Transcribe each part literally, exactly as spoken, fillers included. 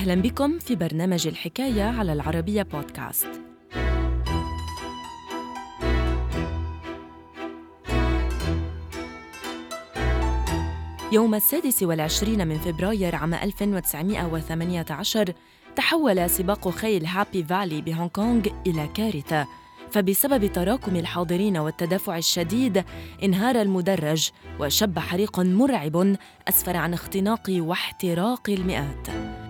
أهلاً بكم في برنامج الحكاية على العربية بودكاست. يوم السادس والعشرين من فبراير عام ألف وتسعمائة وثمانية عشر تحول سباق خيل هابي فالي بهونغ كونغ إلى كارثة، فبسبب تراكم الحاضرين والتدافع الشديد انهار المدرج وشب حريق مرعب أسفر عن اختناق واحتراق المئات.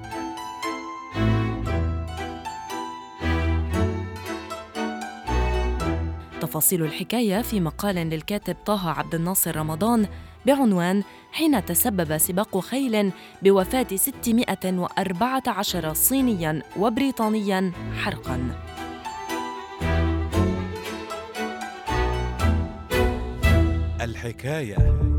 تفاصيل الحكاية في مقال للكاتب طه عبد الناصر رمضان بعنوان حين تسبب سباق خيل بوفاة ستمائة وأربعة عشر صينياً وبريطانياً حرقاً. الحكاية.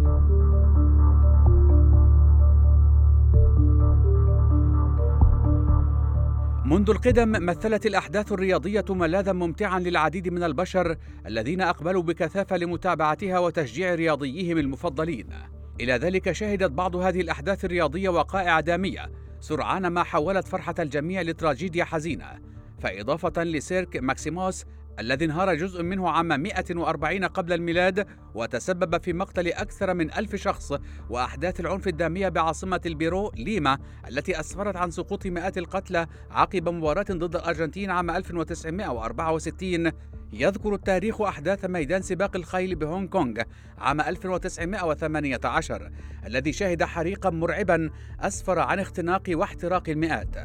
منذ القدم مثلت الأحداث الرياضية ملاذاً ممتعاً للعديد من البشر الذين أقبلوا بكثافة لمتابعتها وتشجيع رياضيهم المفضلين. إلى ذلك شهدت بعض هذه الأحداث الرياضية وقائع دامية سرعان ما حولت فرحة الجميع لتراجيديا حزينة، فإضافة لسيرك ماكسيموس الذي انهار جزء منه عام مئة وأربعين قبل الميلاد وتسبب في مقتل أكثر من ألف شخص، وأحداث العنف الدامية بعاصمة البيرو ليما التي أسفرت عن سقوط مئات القتلى عقب مباراة ضد الأرجنتين عام ألف وتسعمائة وأربعة وستين. يذكر التاريخ أحداث ميدان سباق الخيل بهونغ كونغ عام ألف وتسعمائة وثمانية عشر الذي شهد حريقا مرعبا أسفر عن اختناق واحتراق المئات.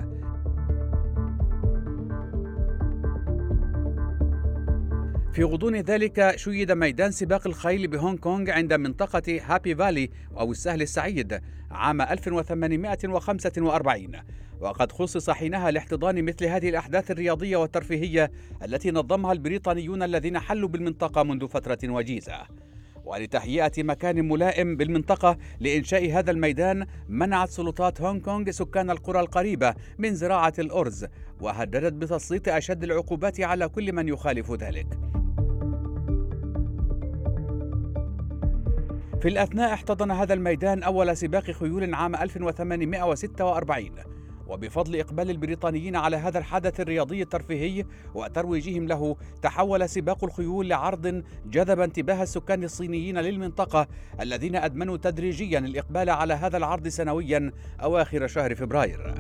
في غضون ذلك شيد ميدان سباق الخيل بهونغ كونغ عند منطقة هابي فالي أو السهل السعيد عام ألف وثمانمائة وخمسة وأربعين، وقد خصص حينها لاحتضان مثل هذه الأحداث الرياضية والترفيهية التي نظمها البريطانيون الذين حلوا بالمنطقة منذ فترة وجيزة. ولتهيئة مكان ملائم بالمنطقة لإنشاء هذا الميدان منعت سلطات هونغ كونغ سكان القرى القريبة من زراعة الأرز، وهددت بتسليط أشد العقوبات على كل من يخالف ذلك. في الأثناء احتضن هذا الميدان أول سباق خيول عام ألف وثمانمائة وستة وأربعين، وبفضل إقبال البريطانيين على هذا الحدث الرياضي الترفيهي وترويجهم له تحول سباق الخيول لعرض جذب انتباه السكان الصينيين للمنطقة الذين أدمنوا تدريجيا الإقبال على هذا العرض سنويا أواخر شهر فبراير.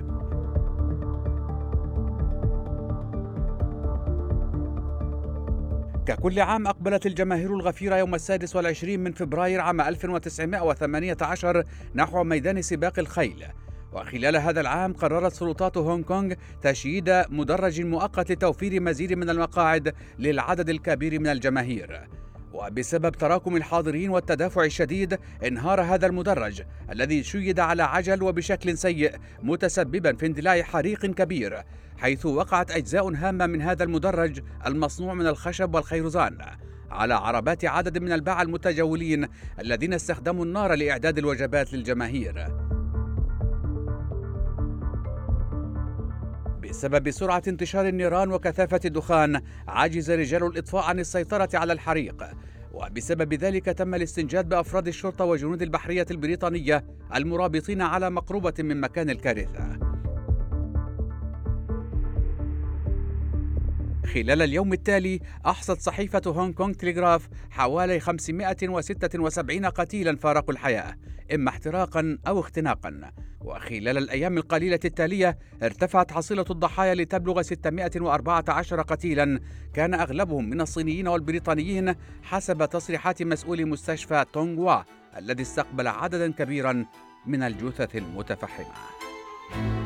ككل عام أقبلت الجماهير الغفيرة يوم السادس والعشرين من فبراير عام ألف وتسعمائة وثمانية عشر نحو ميدان سباق الخيل، وخلال هذا العام قررت سلطات هونغ كونغ تشييد مدرج مؤقت لتوفير مزيد من المقاعد للعدد الكبير من الجماهير. وبسبب تراكم الحاضرين والتدافع الشديد انهار هذا المدرج الذي شيد على عجل وبشكل سيء، متسببا في اندلاع حريق كبير، حيث وقعت أجزاء هامة من هذا المدرج المصنوع من الخشب والخيرزان على عربات عدد من الباعة المتجولين الذين استخدموا النار لإعداد الوجبات للجماهير. بسبب سرعة انتشار النيران وكثافة الدخان عجز رجال الإطفاء عن السيطرة على الحريق، وبسبب ذلك تم الاستنجاد بأفراد الشرطة وجنود البحرية البريطانية المرابطين على مقربة من مكان الكارثة. خلال اليوم التالي أحصت صحيفة هونغ كونغ تلغراف حوالي خمسمائة وستة وسبعين قتيلا فارقوا الحياة إما احتراقا أو اختناقا، وخلال الأيام القليلة التالية ارتفعت حصيلة الضحايا لتبلغ ستمائة وأربعة عشر قتيلا، كان أغلبهم من الصينيين والبريطانيين حسب تصريحات مسؤول مستشفى تونغوا الذي استقبل عددا كبيرا من الجثث المتفحمة.